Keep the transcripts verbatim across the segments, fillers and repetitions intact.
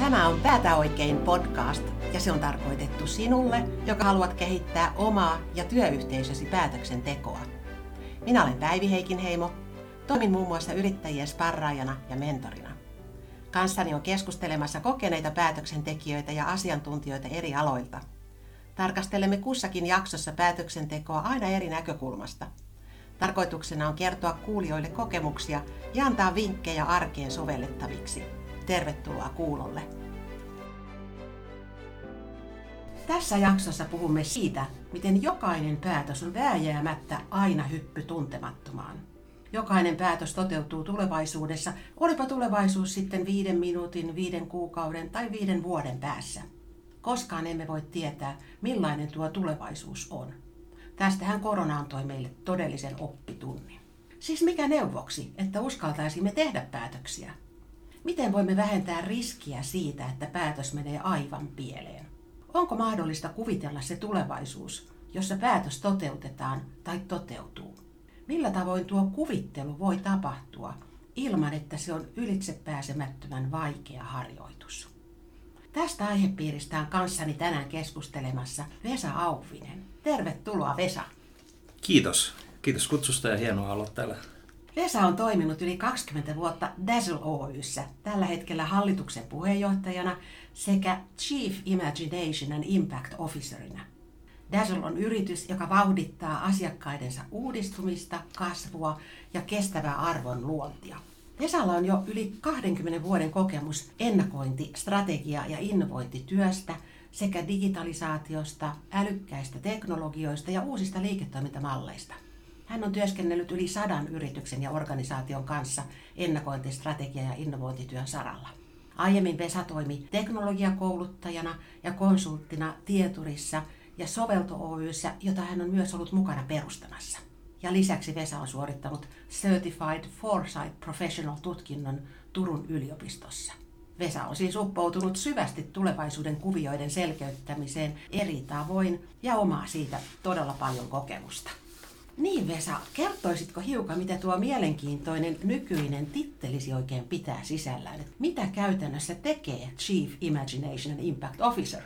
Tämä on Päätä oikein podcast ja se on tarkoitettu sinulle, joka haluat kehittää omaa ja työyhteisösi päätöksentekoa. Minä olen Päivi Heikinheimo, toimin muun muassa yrittäjien sparraajana ja mentorina. Kanssani on keskustelemassa kokeneita päätöksentekijöitä ja asiantuntijoita eri aloilta. Tarkastelemme kussakin jaksossa päätöksentekoa aina eri näkökulmasta. Tarkoituksena on kertoa kuulijoille kokemuksia ja antaa vinkkejä arkeen sovellettaviksi. Tervetuloa kuulolle. Tässä jaksossa puhumme siitä, miten jokainen päätös on vääjäämättä aina hyppy tuntemattomaan. Jokainen päätös toteutuu tulevaisuudessa, olipa tulevaisuus sitten viiden minuutin, viiden kuukauden tai viiden vuoden päässä. Koskaan emme voi tietää, millainen tuo tulevaisuus on. Tästähän korona antoi meille todellisen oppitunnin. Siis mikä neuvoksi, että uskaltaisimme tehdä päätöksiä? Miten voimme vähentää riskiä siitä, että päätös menee aivan pieleen? Onko mahdollista kuvitella se tulevaisuus, jossa päätös toteutetaan tai toteutuu? Millä tavoin tuo kuvittelu voi tapahtua ilman, että se on ylitsepääsemättömän vaikea harjoitus? Tästä aihepiiristä on kanssani tänään keskustelemassa Vesa Auvinen. Tervetuloa, Vesa. Kiitos. Kiitos kutsusta ja hienoa olla täällä. Vesa on toiminut yli kaksikymmentä vuotta Dazzle Oy:ssä, tällä hetkellä hallituksen puheenjohtajana sekä Chief Imagination and Impact Officerina. Dazzle on yritys, joka vauhdittaa asiakkaidensa uudistumista, kasvua ja kestävää arvon luontia. Vesalla on jo yli kahdenkymmenen vuoden kokemus ennakointi-, strategia- ja innovointityöstä sekä digitalisaatiosta, älykkäistä teknologioista ja uusista liiketoimintamalleista. Hän on työskennellyt yli sadan yrityksen ja organisaation kanssa ennakointi-, strategia- ja innovointityön saralla. Aiemmin Vesa toimi teknologiakouluttajana ja konsulttina Tieturissa ja Sovelto Oy:ssä, jota hän on myös ollut mukana perustamassa. Ja lisäksi Vesa on suorittanut Certified Foresight Professional-tutkinnon Turun yliopistossa. Vesa on siis uppoutunut syvästi tulevaisuuden kuvioiden selkeyttämiseen eri tavoin ja omaa siitä todella paljon kokemusta. Niin Vesa, kertoisitko hiukan, mitä tuo mielenkiintoinen nykyinen tittelisi oikein pitää sisällään? Mitä käytännössä tekee Chief Imagination and Impact Officer?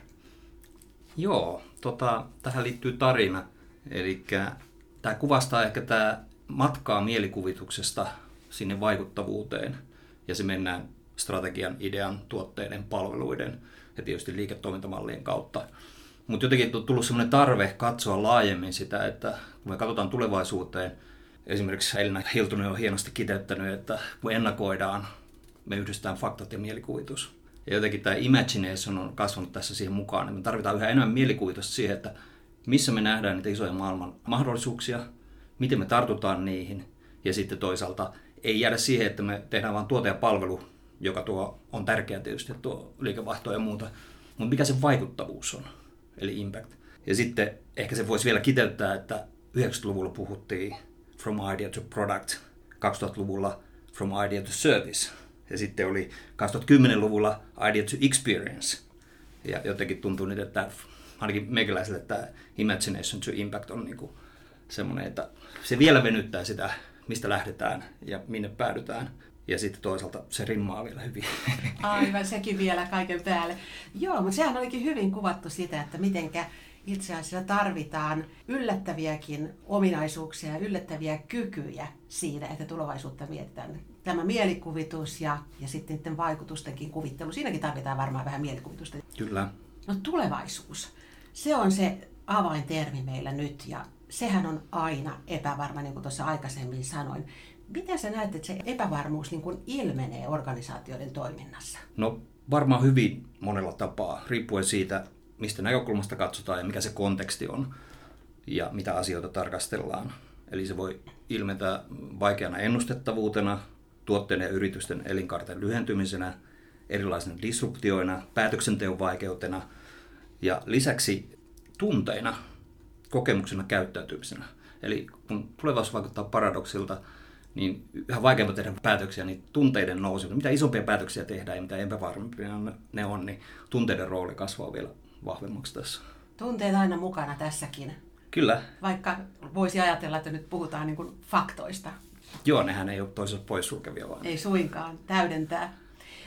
Joo, tota, tähän liittyy tarina. Eli tämä kuvastaa ehkä tämä matkaa mielikuvituksesta sinne vaikuttavuuteen ja se mennään strategian, idean, tuotteiden, palveluiden ja tietysti liiketoimintamallien kautta. Mutta jotenkin on tullut sellainen tarve katsoa laajemmin sitä, että kun me katsotaan tulevaisuuteen, esimerkiksi Elina Hiltunen on hienosti kiteyttänyt, että kun ennakoidaan, me yhdistetään faktat ja mielikuvitus. Ja jotenkin tämä imagination on kasvanut tässä siihen mukaan, että me tarvitaan yhä enemmän mielikuvitusta siihen, että missä me nähdään niitä isoja maailman mahdollisuuksia, miten me tartutaan niihin ja sitten toisaalta ei jäädä siihen, että me tehdään vain tuote ja palvelu, joka tuo on tärkeä tietysti, tuo liikevaihto ja muuta, mutta mikä se vaikuttavuus on, eli impact. Ja sitten ehkä se voisi vielä kiteyttää, että yhdeksänkymmentäluvulla puhuttiin from idea to product, kaksituhattaluvulla from idea to service ja sitten oli kaksituhattakymmenluvulla idea to experience. Ja jotenkin tuntuu nyt, että ainakin meikäläiselle tämä imagination to impact on niin kuin semmoinen, että se vielä venyttää sitä, mistä lähdetään ja minne päädytään. Ja sitten toisaalta se rimmaa vielä hyvin. Aivan, sekin vielä kaiken päälle. Joo, mutta sehän olikin hyvin kuvattu sitä, että mitenkä itse asiassa tarvitaan yllättäviäkin ominaisuuksia ja yllättäviä kykyjä siinä, että tulevaisuutta mietitään. Tämä mielikuvitus ja, ja sitten niiden vaikutustenkin kuvittelu, siinäkin tarvitaan varmaan vähän mielikuvitusta. Kyllä. No tulevaisuus, se on se avaintermi meillä nyt ja sehän on aina epävarma, niin kuin tuossa aikaisemmin sanoin. Miten sä näet, että se epävarmuus niin kuin ilmenee organisaatioiden toiminnassa? No varmaan hyvin monella tapaa, riippuen siitä, mistä näkökulmasta katsotaan ja mikä se konteksti on ja mitä asioita tarkastellaan. Eli se voi ilmetä vaikeana ennustettavuutena, tuotteiden ja yritysten elinkaarten lyhentymisenä, erilaisina disruptioina, päätöksenteon vaikeutena ja lisäksi tunteina, kokemuksena, käyttäytymisenä. Eli kun tulevaisuus vaikuttaa paradoksilta, niin yhä vaikeampi tehdä päätöksiä, niin tunteiden nousu. Mitä isompia päätöksiä tehdään ja mitä epävarmempia ne on, niin tunteiden rooli kasvaa vielä vahvemmaksi tässä. Tunteet aina mukana tässäkin. Kyllä. Vaikka voisi ajatella, että nyt puhutaan niin kuin faktoista. Joo, nehän ei ole toisaalta poissulkevia vaan. Ei suinkaan, täydentää.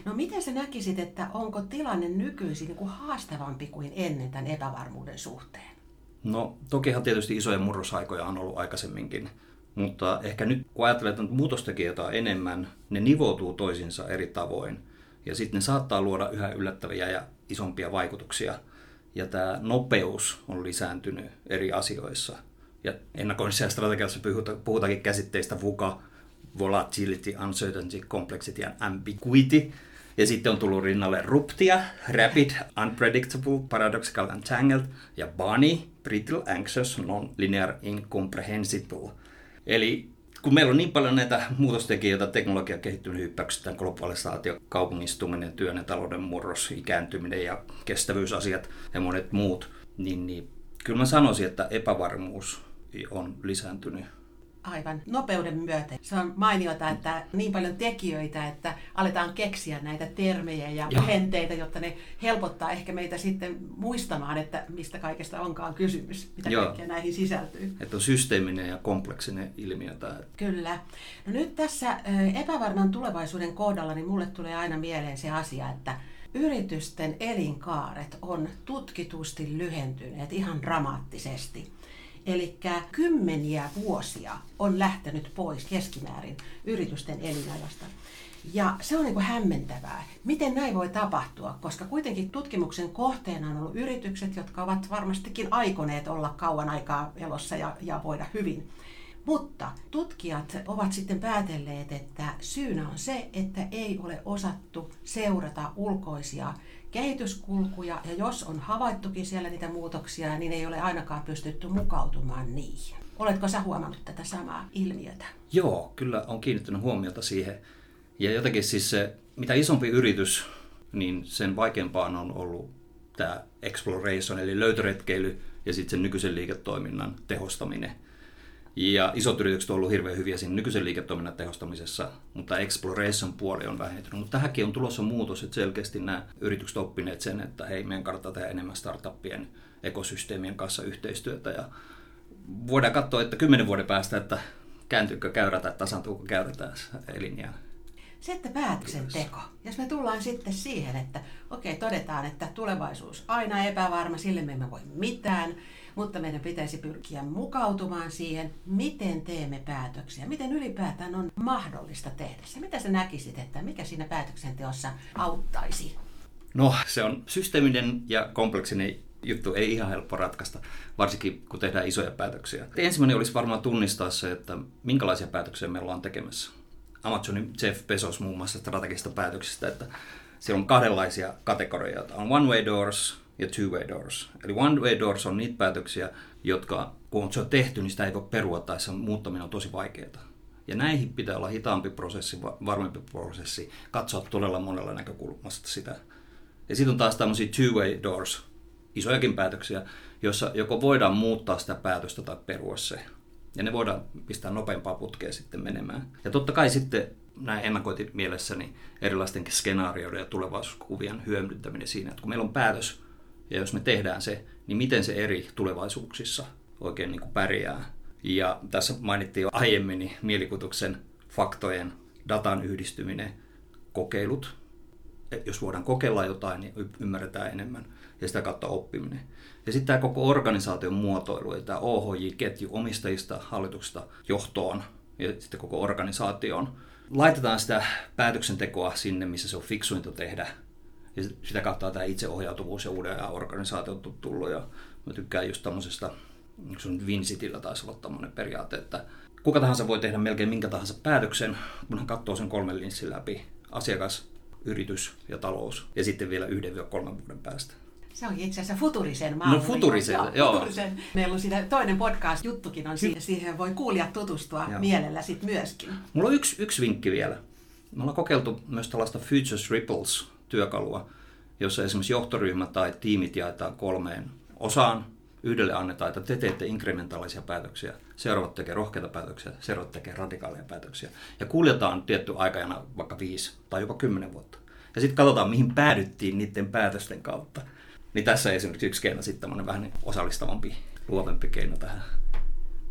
No miten sä näkisit, että onko tilanne nykyisin niin kuin haastavampi kuin ennen tämän epävarmuuden suhteen? No tokihan tietysti isoja murrosaikoja on ollut aikaisemminkin, mutta ehkä nyt kun ajattelee, että muutostekijöitä on enemmän, ne nivoutuu toisinsa eri tavoin. Ja sitten ne saattaa luoda yhä yllättäviä ja isompia vaikutuksia. Ja tämä nopeus on lisääntynyt eri asioissa. Ja ennakoinnissa ja strategiassa puhutaankin käsitteistä VUCA, Volatility, Uncertainty, Complexity ja Ambiguity. Ja sitten on tullut rinnalle RUPTia, Rapid, Unpredictable, Paradoxical and Tangled, ja BANI, Brittle, Anxious, Non-Linear, Incomprehensible. Eli kun meillä on niin paljon näitä muutostekijöitä, teknologia kehittynyt hyppäykset, globalisaatio, kaupungistuminen, työn ja talouden murros, ikääntyminen ja kestävyysasiat ja monet muut, niin, niin kyllä mä sanoisin, että epävarmuus on lisääntynyt. Aivan, nopeuden myötä. Se on mainiota, että niin paljon tekijöitä, että aletaan keksiä näitä termejä ja lyhenteitä, jotta ne helpottaa ehkä meitä sitten muistamaan, että mistä kaikesta onkaan kysymys, mitä Joo. kaikkea näihin sisältyy. Että on systeeminen ja kompleksinen ilmiö tämä. Kyllä. No nyt tässä epävarman tulevaisuuden kohdalla, niin mulle tulee aina mieleen se asia, että yritysten elinkaaret on tutkitusti lyhentyneet ihan dramaattisesti. Eli kymmeniä vuosia on lähtenyt pois keskimäärin yritysten elinajasta. Ja se on niin kuin hämmentävää. Miten näin voi tapahtua? Koska kuitenkin tutkimuksen kohteena on ollut yritykset, jotka ovat varmastikin aikoneet olla kauan aikaa elossa ja, ja voida hyvin. Mutta tutkijat ovat sitten päätelleet, että syynä on se, että ei ole osattu seurata ulkoisia kehityskulkuja, ja jos on havaittukin siellä niitä muutoksia, niin ei ole ainakaan pystytty mukautumaan niihin. Oletko sä huomannut tätä samaa ilmiötä? Joo, kyllä on kiinnittänyt huomiota siihen. Ja jotenkin siis se, mitä isompi yritys, niin sen vaikeampaan on ollut tämä exploration, eli löytöretkeily, ja sitten sen nykyisen liiketoiminnan tehostaminen. Ja isot yritykset on ollut hirveän hyviä siinä nykyisen liiketoiminnan tehostamisessa, mutta exploration puoli on vähentynyt. Mutta tähänkin on tulossa muutos, että selkeästi nämä yritykset oppineet sen, että hei, meidän kannattaa tehdä enemmän startuppien ekosysteemien kanssa yhteistyötä. Ja voidaan katsoa, että kymmenen vuoden päästä, että kääntyykö käyrä tai tasaantuuko käyrä tässä elinjään. Sitten päätöksenteko. Jos me tullaan sitten siihen, että okei, todetaan, että tulevaisuus aina epävarma, sille me emme voi mitään, mutta meidän pitäisi pyrkiä mukautumaan siihen, miten teemme päätöksiä, miten ylipäätään on mahdollista tehdä se. Mitä sä näkisit, että mikä siinä päätöksenteossa auttaisi? No, se on systeeminen ja kompleksinen juttu, ei ihan helppo ratkaista, varsinkin kun tehdään isoja päätöksiä. Ensimmäinen olisi varmaan tunnistaa se, että minkälaisia päätöksiä me ollaan tekemässä. Amazonin Jeff Bezos muun muassa strategisista päätöksistä, että siellä on kahdenlaisia kategorioita. On one-way doors ja two-way doors. Eli one-way doors on niitä päätöksiä, jotka kun se on tehty, niin sitä ei voi perua tai sen muuttaminen on tosi vaikeaa. Ja näihin pitää olla hitaampi prosessi, varmempi prosessi, katsoa todella monella näkökulmasta sitä. Ja sitten on taas tämmöisiä two-way doors, isojakin päätöksiä, joissa joko voidaan muuttaa sitä päätöstä tai perua se. Ja ne voidaan pistää nopeampaa putkea sitten menemään. Ja totta kai sitten näin ennakoitin mielessäni erilaisten skenaarioiden ja tulevaisuuskuvien hyödyntäminen siinä, että kun meillä on päätös, ja jos me tehdään se, niin miten se eri tulevaisuuksissa oikein niin kuin pärjää. Ja tässä mainittiin jo aiemmin niin mielikuvituksen, faktojen, datan yhdistyminen, kokeilut. Jos voidaan kokeilla jotain, niin ymmärretään enemmän. Ja sitä kautta oppiminen. Ja sitten tämä koko organisaation muotoilu, eli tämä O H J-ketju omistajista, hallituksesta johtoon ja sitten koko organisaatioon. Laitetaan sitä päätöksentekoa sinne, missä se on fiksuinta tehdä. Ja sitä kautta tämä itseohjautuvuus ja uuden ajan organisaatio on tullut. Ja mä tykkään just tämmöisestä, sun Vincitillä taisi olla tämmöinen periaate, että kuka tahansa voi tehdä melkein minkä tahansa päätöksen, kun hän katsoo sen kolmen linssin läpi. Asiakas, yritys ja talous. Ja sitten vielä yhden ja kolmen vuoden päästä. Se on itse asiassa futurisen malli. No futurisen, joo. joo. Futurisen. Meillä on siinä toinen podcast-juttukin on siinä. Siihen voi kuulijat tutustua joo. mielellä sit myöskin. Mulla on yksi, yksi vinkki vielä. Me ollaan kokeiltu myös tällaista Futures Ripples-työkalua, jossa esimerkiksi johtoryhmä tai tiimit jaetaan kolmeen osaan. Yhdelle annetaan, että te teette inkrementaalisia päätöksiä, seuraavat tekee rohkeita päätöksiä, seuraavat tekee radikaaleja päätöksiä. Ja kuljetaan tietty aikajana vaikka viisi tai jopa kymmenen vuotta. Ja sitten katsotaan, mihin päädyttiin niiden päätösten kautta. Niin tässä esimerkiksi yksi keino sitten tämmöinen vähän osallistavampi, luovempi keino tähän.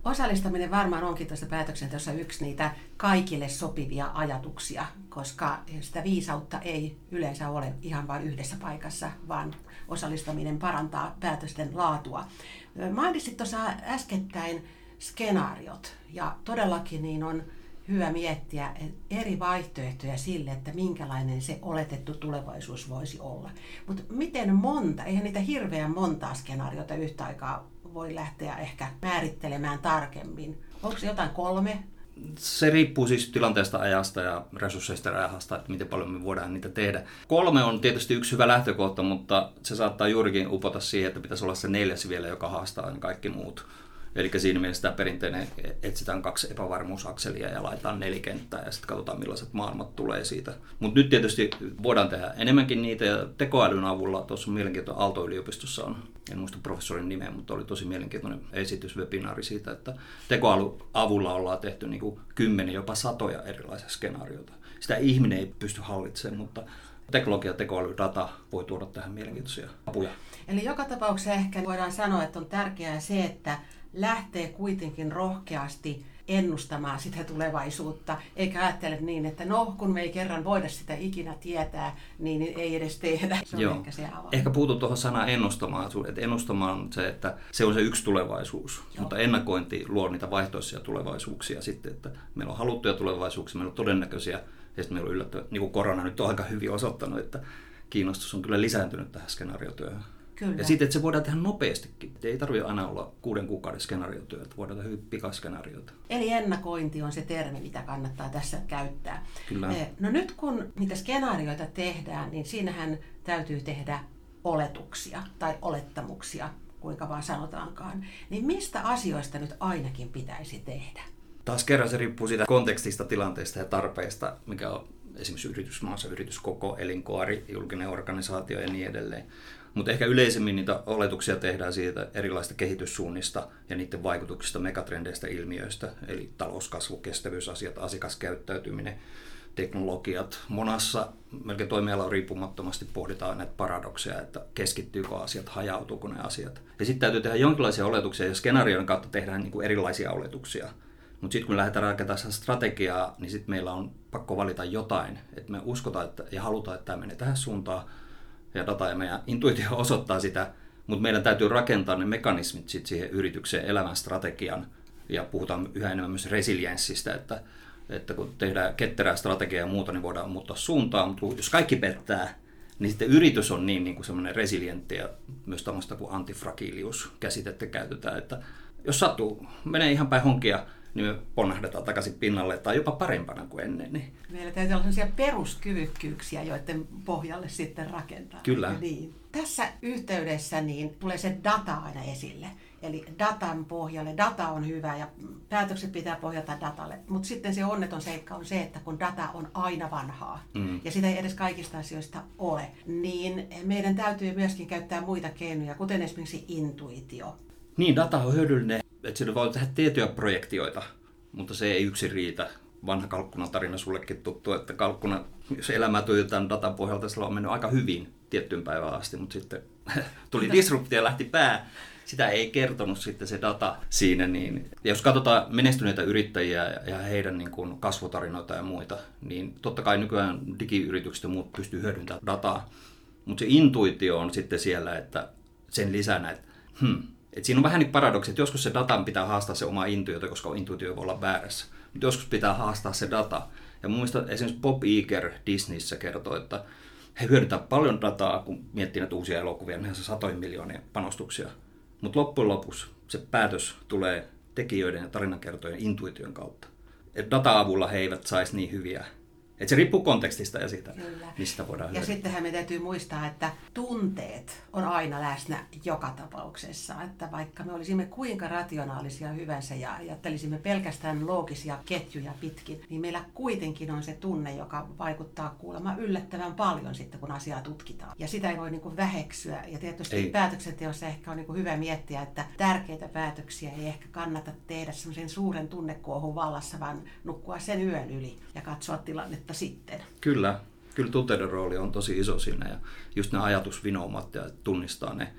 Osallistaminen varmaan onkin tuossa päätöksenteossa yksi niitä kaikille sopivia ajatuksia, koska sitä viisautta ei yleensä ole ihan vain yhdessä paikassa, vaan osallistaminen parantaa päätösten laatua. Mainitsit tuossa äskettäin skenaariot, ja todellakin niin on hyvä miettiä eri vaihtoehtoja sille, että minkälainen se oletettu tulevaisuus voisi olla. Mutta miten monta, eihän niitä hirveän montaa skenaariota yhtä aikaa voi lähteä ehkä määrittelemään tarkemmin. Onko se jotain kolme? Se riippuu siis tilanteesta, ajasta ja resursseista ja rahasta, että miten paljon me voidaan niitä tehdä. Kolme on tietysti yksi hyvä lähtökohta, mutta se saattaa juurikin upota siihen, että pitäisi olla se neljäs vielä, joka haastaa ne kaikki muut. Eli siinä mielessä tämä perinteinen etsitään kaksi epävarmuusakselia ja laitetaan nelikenttää ja sitten katsotaan millaiset maailmat tulee siitä. Mutta nyt tietysti voidaan tehdä enemmänkin niitä ja tekoälyn avulla, tuossa on mielenkiintoinen Aalto-yliopistossa on, en muista professorin nimeä, mutta oli tosi mielenkiintoinen esitys, webinaari siitä, että tekoälyn avulla ollaan tehty niin kuin kymmenen, jopa satoja erilaisia skenaarioita. Sitä ihminen ei pysty hallitsemaan, mutta teknologia, tekoäly, data voi tuoda tähän mielenkiintoisia apuja. Eli joka tapauksessa ehkä voidaan sanoa, että on tärkeää se, että lähtee kuitenkin rohkeasti ennustamaan sitä tulevaisuutta, eikä ajattele niin, että no, kun me ei kerran voida sitä ikinä tietää, niin ei edes tehdä. Se on Joo. ehkä se avain. Ehkä puutun tuohon sanaan ennustamaan, että ennustamaan on se, että se on se yksi tulevaisuus, Joo. mutta ennakointi luo niitä vaihtoehtoisia tulevaisuuksia sitten, että meillä on haluttuja tulevaisuuksia, meillä on todennäköisiä, ja sitten meillä on yllättävää, niin kuin korona nyt on aika hyvin osoittanut, että kiinnostus on kyllä lisääntynyt tähän skenaariotyöhön. Kyllä. Ja sitten, että se voidaan tehdä nopeastikin. Ei tarvitse aina olla kuuden kuukauden skenaariotyö, että voidaan tehdä hyvin pikaskenaarioita. Eli ennakointi on se termi, mitä kannattaa tässä käyttää. Kyllä. No nyt kun niitä skenaarioita tehdään, niin siinähän täytyy tehdä oletuksia tai olettamuksia, kuinka vaan sanotaankaan. Niin mistä asioista nyt ainakin pitäisi tehdä? Taas kerran se riippuu siitä kontekstista, tilanteesta ja tarpeesta, mikä on esimerkiksi yritysmaassa, yrityskoko, elinkaari, julkinen organisaatio ja niin edelleen. Mutta ehkä yleisemmin niitä oletuksia tehdään siitä erilaisista kehityssuunnista ja niiden vaikutuksista, megatrendeistä, ilmiöistä, eli talouskasvu, kestävyysasiat, asiakaskäyttäytyminen, teknologiat. Monassa melkein toimialan riippumattomasti pohditaan näitä paradokseja, että keskittyykö asiat, hajautuuko ne asiat. Ja sitten täytyy tehdä jonkinlaisia oletuksia, ja skenaarioiden kautta tehdään niin kuin erilaisia oletuksia. Mutta sitten kun lähdetään rakentamaan strategiaa, niin sitten meillä on pakko valita jotain, että me uskotaan että, ja halutaan, että tämä menee tähän suuntaan, ja data ja meidän intuitio osoittaa sitä, mutta meidän täytyy rakentaa ne mekanismit sit siihen yritykseen elämän strategian, ja puhutaan yhä enemmän myös resilienssistä, että, että kun tehdään ketterää strategiaa ja muuta, niin voidaan muuttaa suuntaa, mutta jos kaikki pettää, niin sitten yritys on niin, niin kuin semmoinen resilientti ja myös tämmöistä kuin antifragilius-käsitettä käytetään, että jos sattuu, menee ihan päin honkia, niin me ponnahdetaan takaisin pinnalle tai jopa parempana kuin ennen. Niin. Meillä täytyy olla sellaisia peruskyvykkyyksiä, joiden pohjalle sitten rakentaa. Kyllä. Niin. Tässä yhteydessä niin tulee se data aina esille. Eli datan pohjalle. Data on hyvä ja päätökset pitää pohjata datalle. Mutta sitten se onneton seikka on se, että kun data on aina vanhaa mm. ja sitä ei edes kaikista asioista ole, niin meidän täytyy myöskin käyttää muita keinoja, kuten esimerkiksi intuitio. Niin, data on hyödyllinen, että sillä voi tehdä tiettyjä projektioita, mutta se ei yksin riitä. Vanha kalkkunatarina sullekin tuttu, että kalkkuna, jos elämää tuijotetaan datan pohjalta, sillä on mennyt aika hyvin tiettyyn päivään asti, mutta sitten tuli disruptio ja lähti pää. Sitä ei kertonut sitten se data siinä. Niin. Ja jos katsotaan menestyneitä yrittäjiä ja heidän niin kuin kasvutarinoita ja muita, niin totta kai nykyään digiyritykset ja muut pystyy hyödyntämään dataa. Mutta se intuitio on sitten siellä, että sen lisänä, että hmm, et siinä on vähän niin paradoksi, että joskus se datan pitää haastaa se oma intuitio, koska intuitio voi olla väärässä. Mutta joskus pitää haastaa se data. Ja mun mielestä esimerkiksi Bob Iger Disneyssä kertoo, että he hyödyntävät paljon dataa, kun miettii näitä uusia elokuvia, nehän on satoja miljoonia panostuksia. Mutta loppujen lopuksi se päätös tulee tekijöiden ja tarinankertojen intuition kautta. Et data-avulla he eivät saisi niin hyviä. Et se riippuu kontekstista ja siitä, Kyllä. mistä voidaan hyödyntää. Ja sittenhän me täytyy muistaa, että tunteet on aina läsnä joka tapauksessa. Että vaikka me olisimme kuinka rationaalisia hyvänsä ja ajattelisimme pelkästään loogisia ketjuja pitkin, niin meillä kuitenkin on se tunne, joka vaikuttaa kuulemma yllättävän paljon sitten, kun asiaa tutkitaan. Ja sitä ei voi niin kuin väheksyä. Ja tietysti ei. Päätöksenteossa ehkä on niin kuin hyvä miettiä, että tärkeitä päätöksiä ei ehkä kannata tehdä semmoisen suuren tunnekuohun vallassa, vaan nukkua sen yön yli ja katsoa tilannetta sitten. Kyllä, kyllä tunteiden rooli on tosi iso siinä ja just ne ajatusvinoumat ja tunnistaa ne.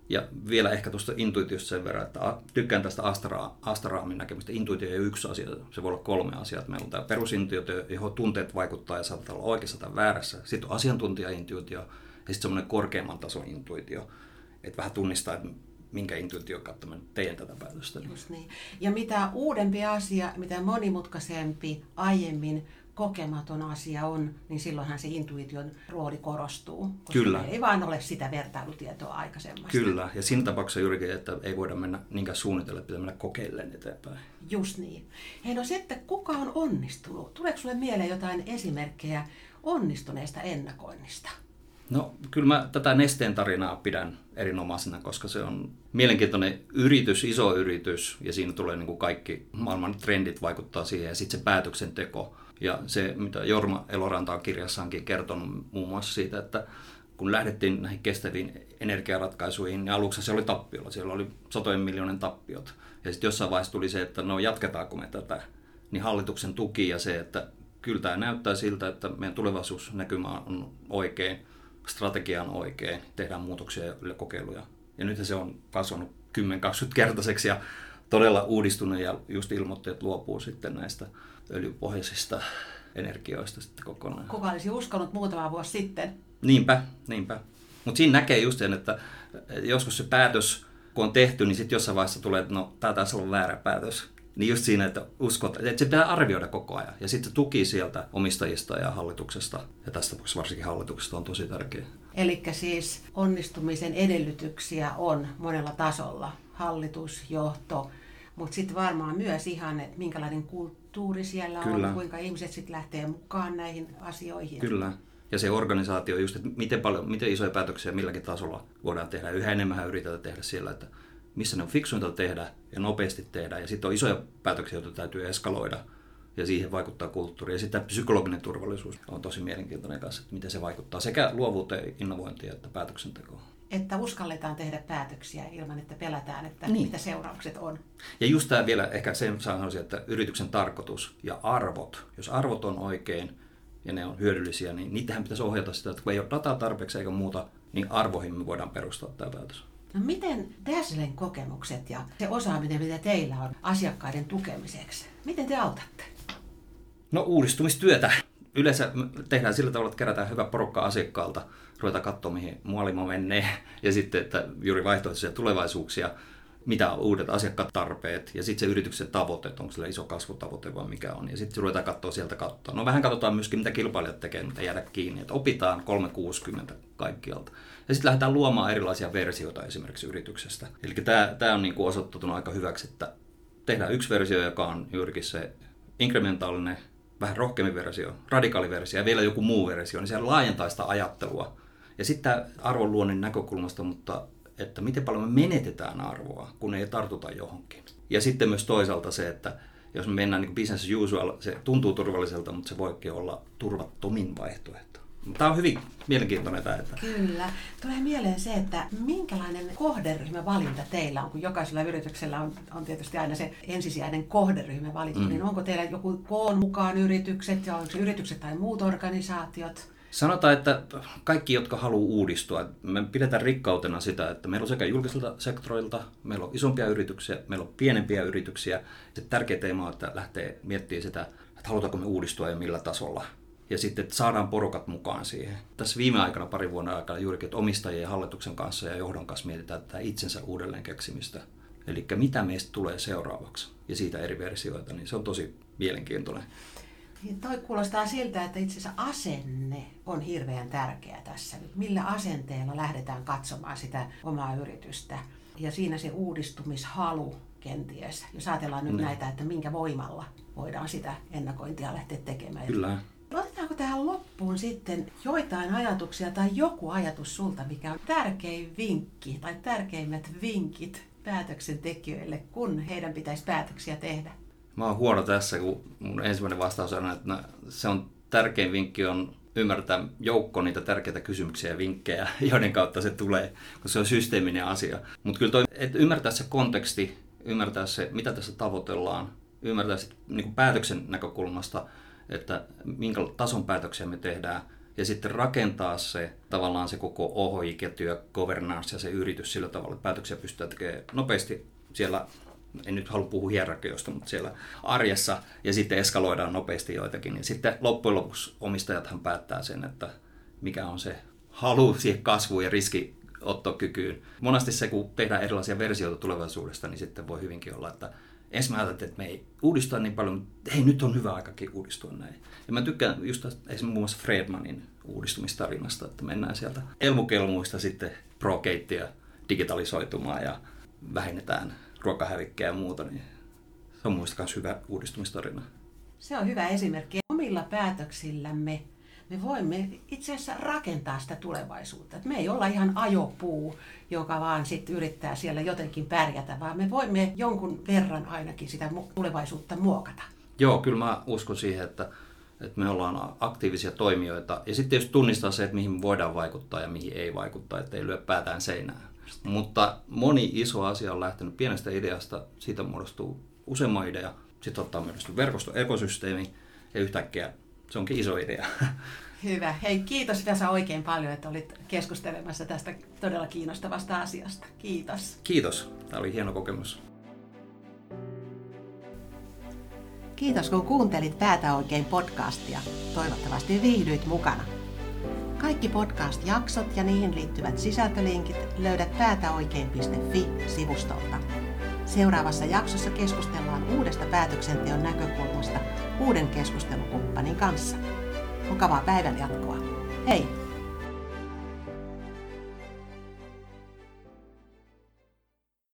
Ja vielä ehkä tuosta intuitiosta sen verran, että tykkään tästä Astra, Astraamin näkemystä. Intuitio ei ole yksi asia, se voi olla kolme asiaa. Meillä on tämä perusintuitio, johon tunteet vaikuttaa ja saattaa olla oikeassa tai väärässä. Sitten on asiantuntija-intuitio ja sitten semmoinen korkeamman tason intuitio, että vähän tunnistaa, että minkä intuition kautta mä teen tätä päätöstä. Just niin. Ja mitä uudempi asia, mitä monimutkaisempi, aiemmin kokematon asia on, niin silloinhan se intuition rooli korostuu. Koska Kyllä. ei vaan ole sitä vertailutietoa aikaisemmasta. Kyllä, ja siinä tapauksessa juurikin, että ei voida mennä niinkään suunnitella, että pitää mennä kokeilleen eteenpäin. Just niin. Hei, no sitten kuka on onnistunut? Tuleeko sulle mieleen jotain esimerkkejä onnistuneesta ennakoinnista? No kyllä mä tätä Nesteen tarinaa pidän erinomaisena, koska se on mielenkiintoinen yritys, iso yritys, ja siinä tulee niin kuin kaikki maailman trendit vaikuttaa siihen, ja sitten se päätöksenteko. Ja se, mitä Jorma Eloranta on kirjassaankin kertonut muun muassa siitä, että kun lähdettiin näihin kestäviin energiaratkaisuihin, niin aluksi se oli tappiolla. Siellä oli satojen miljoonan tappiot. Ja sitten jossain vaiheessa tuli se, että no jatketaanko me tätä, niin hallituksen tuki ja se, että kyllä tämä näyttää siltä, että meidän tulevaisuusnäkymä on oikein, strategia on oikein, tehdään muutoksia ja kokeiluja. Ja nyt se on kasvanut kymmenen kaksikymmentä kertaiseksi ja todella uudistunut ja just ilmoitti, että luopuu sitten näistä öljypohjaisista energioista sitten kokonaan. Kuka olisi uskonut muutama vuosi sitten? Niinpä, niinpä. Mutta siinä näkee just sen, että joskus se päätös, kun on tehty, niin sitten jossain vaiheessa tulee, että no, tämä taisi olla väärä päätös. Niin just siinä, että uskot, että se pitää arvioida koko ajan. Ja sitten tuki sieltä omistajista ja hallituksesta, ja tästä tapauksessa varsinkin hallituksesta on tosi tärkeä. Eli siis onnistumisen edellytyksiä on monella tasolla. Hallitus, johto, mutta sitten varmaan myös ihan, että minkälainen kulttuuri siellä Kyllä. on, kuinka ihmiset sitten lähtee mukaan näihin asioihin. Kyllä. Ja se organisaatio just, että miten, paljon, miten isoja päätöksiä milläkin tasolla voidaan tehdä. Yhä enemmän yritetään tehdä siellä, että missä ne on fiksuinta tehdä ja nopeasti tehdä. Ja sitten on isoja päätöksiä, joita täytyy eskaloida ja siihen vaikuttaa kulttuuri. Ja sitten psykologinen turvallisuus on tosi mielenkiintoinen kanssa, että miten se vaikuttaa sekä luovuuteen, innovointiin että päätöksentekoon. Että uskalletaan tehdä päätöksiä ilman, että pelätään, että niin. mitä seuraukset on. Ja just tämä vielä ehkä sen sanoisin, että yrityksen tarkoitus ja arvot, jos arvot on oikein ja ne on hyödyllisiä, niin niitähän pitäisi ohjata sitä, että kun ei ole dataa tarpeeksi eikä muuta, niin arvoihin me voidaan perustaa tämä päätös. No miten Dazzlen kokemukset ja se osaaminen, mitä teillä on asiakkaiden tukemiseksi, miten te autatte? No uudistumistyötä. Yleensä tehdään sillä tavalla, että kerätään hyvä porukka asiakkaalta, ruvetaan katsoa, mihin maailma menee, ja sitten, että juuri vaihtoehtoisia tulevaisuuksia, mitä on uudet asiakkaat-tarpeet, ja sitten se yrityksen tavoite, onko sillä iso kasvutavoite vai mikä on, ja sitten ruvetaan katsoa sieltä katsoa. No vähän katsotaan myöskin, mitä kilpailijat tekee, mitä jäädä kiinni, että opitaan kolmesataakuusikymmentä kaikkialta. Ja sitten lähdetään luomaan erilaisia versioita esimerkiksi yrityksestä. Eli tämä, tämä on niin kuin osoittautunut aika hyväksi, että tehdään yksi versio, joka on juurikin se inkrementaalinen, vähän rohkeammin versio, radikaali versio ja vielä joku muu versio, niin se laajentaa sitä ajattelua. Ja sitten tämä arvonluonnin näkökulmasta, mutta että miten paljon me menetetään arvoa, kun ei tartuta johonkin. Ja sitten myös toisaalta se, että jos me mennään niin kuin business as usual, se tuntuu turvalliselta, mutta se voikin olla turvattomin vaihtoehto. Tämä on hyvin mielenkiintoinen tämä. Että... Kyllä. Tulee mieleen se, että minkälainen kohderyhmävalinta teillä on, kun jokaisella yrityksellä on, on tietysti aina se ensisijainen kohderyhmä valittu, mm. niin onko teillä joku koon mukaan yritykset, ja onko se yritykset tai muut organisaatiot? Sanotaan, että kaikki, jotka haluaa uudistua, me pidetään rikkautena sitä, että meillä on sekä julkiselta sektorilta, meillä on isompia yrityksiä, meillä on pienempiä yrityksiä. Se tärkeä teema on, että lähtee miettimään sitä, että halutaanko me uudistua ja millä tasolla. Ja sitten, että saadaan porukat mukaan siihen. Tässä viime aikana, parin vuoden aikana juurikin, että omistajien ja hallituksen kanssa ja johdon kanssa mietitään tätä itsensä uudelleen keksimistä. Eli mitä meistä tulee seuraavaksi ja siitä eri versioita, niin se on tosi mielenkiintoinen. Toi kuulostaa siltä, että itse asiassa asenne on hirveän tärkeä tässä. Millä asenteella lähdetään katsomaan sitä omaa yritystä. Ja siinä se uudistumishalu kenties. Jos ajatellaan nyt ne. näitä, että minkä voimalla voidaan sitä ennakointia lähteä tekemään. Kyllä. Otetaanko tähän loppuun sitten joitain ajatuksia tai joku ajatus sulta, mikä on tärkein vinkki tai tärkeimmät vinkit päätöksentekijöille, kun heidän pitäisi päätöksiä tehdä? Mä oon huono tässä, kun mun ensimmäinen vastaus on, että no, se on tärkein vinkki on ymmärtää joukko niitä tärkeitä kysymyksiä ja vinkkejä, joiden kautta se tulee, koska se on systeeminen asia. Mutta kyllä toi, että ymmärtää se konteksti, ymmärtää se, mitä tässä tavoitellaan, ymmärtää sit, niin kuin päätöksen näkökulmasta, että minkä tason päätöksiä me tehdään, ja sitten rakentaa se tavallaan se koko O H I-ketju ja governance ja se yritys sillä tavalla, että päätöksiä pystytään tekemään nopeasti siellä, en nyt halua puhua hierarkioista, mutta siellä arjessa, ja sitten eskaloidaan nopeasti joitakin. Ja sitten loppujen lopuksi omistajathan päättää sen, että mikä on se halu siihen kasvuun ja riskinottokykyyn. Monasti se, kun tehdään erilaisia versioita tulevaisuudesta, niin sitten voi hyvinkin olla, että ensin mä ajattelin, että me ei uudistuta niin paljon, mutta hei, nyt on hyvä aikakin uudistua näin. Ja mä tykkään just esimerkiksi muun muassa Fredmanin uudistumistarinasta, että mennään sieltä elmukelmuista sitten pro-keittiö digitalisoitumaan ja vähennetään ruokahävikkiä ja muuta, niin se on muista myös hyvä uudistumistarina. Se on hyvä esimerkki. Omilla päätöksillämme me voimme itse asiassa rakentaa sitä tulevaisuutta. Et me ei olla ihan ajopuu, joka vaan sitten yrittää siellä jotenkin pärjätä, vaan me voimme jonkun verran ainakin sitä tulevaisuutta muokata. Joo, kyllä mä uskon siihen, että, että me ollaan aktiivisia toimijoita. Ja sitten tietysti tunnistaa se, että mihin me voidaan vaikuttaa ja mihin ei vaikuttaa, ettei lyö päätään seinään. Mutta moni iso asia on lähtenyt pienestä ideasta, siitä muodostuu useamman idea, sitten ottaa myös verkosto, ekosysteemi ja yhtäkkiä se onkin iso idea. Hyvä. Hei, kiitos Vesa oikein paljon, että olit keskustelemassa tästä todella kiinnostavasta asiasta. Kiitos. Kiitos. Tämä oli hieno kokemus. Kiitos kun kuuntelit Päätä oikein podcastia. Toivottavasti viihdyit mukana. Kaikki podcast-jaksot ja niihin liittyvät sisältölinkit löydät päätäoikein piste fi-sivustolta. Seuraavassa jaksossa keskustellaan uudesta päätöksenteon näkökulmasta uuden keskustelukumppanin kanssa. Mukavaa päivän jatkoa. Hei!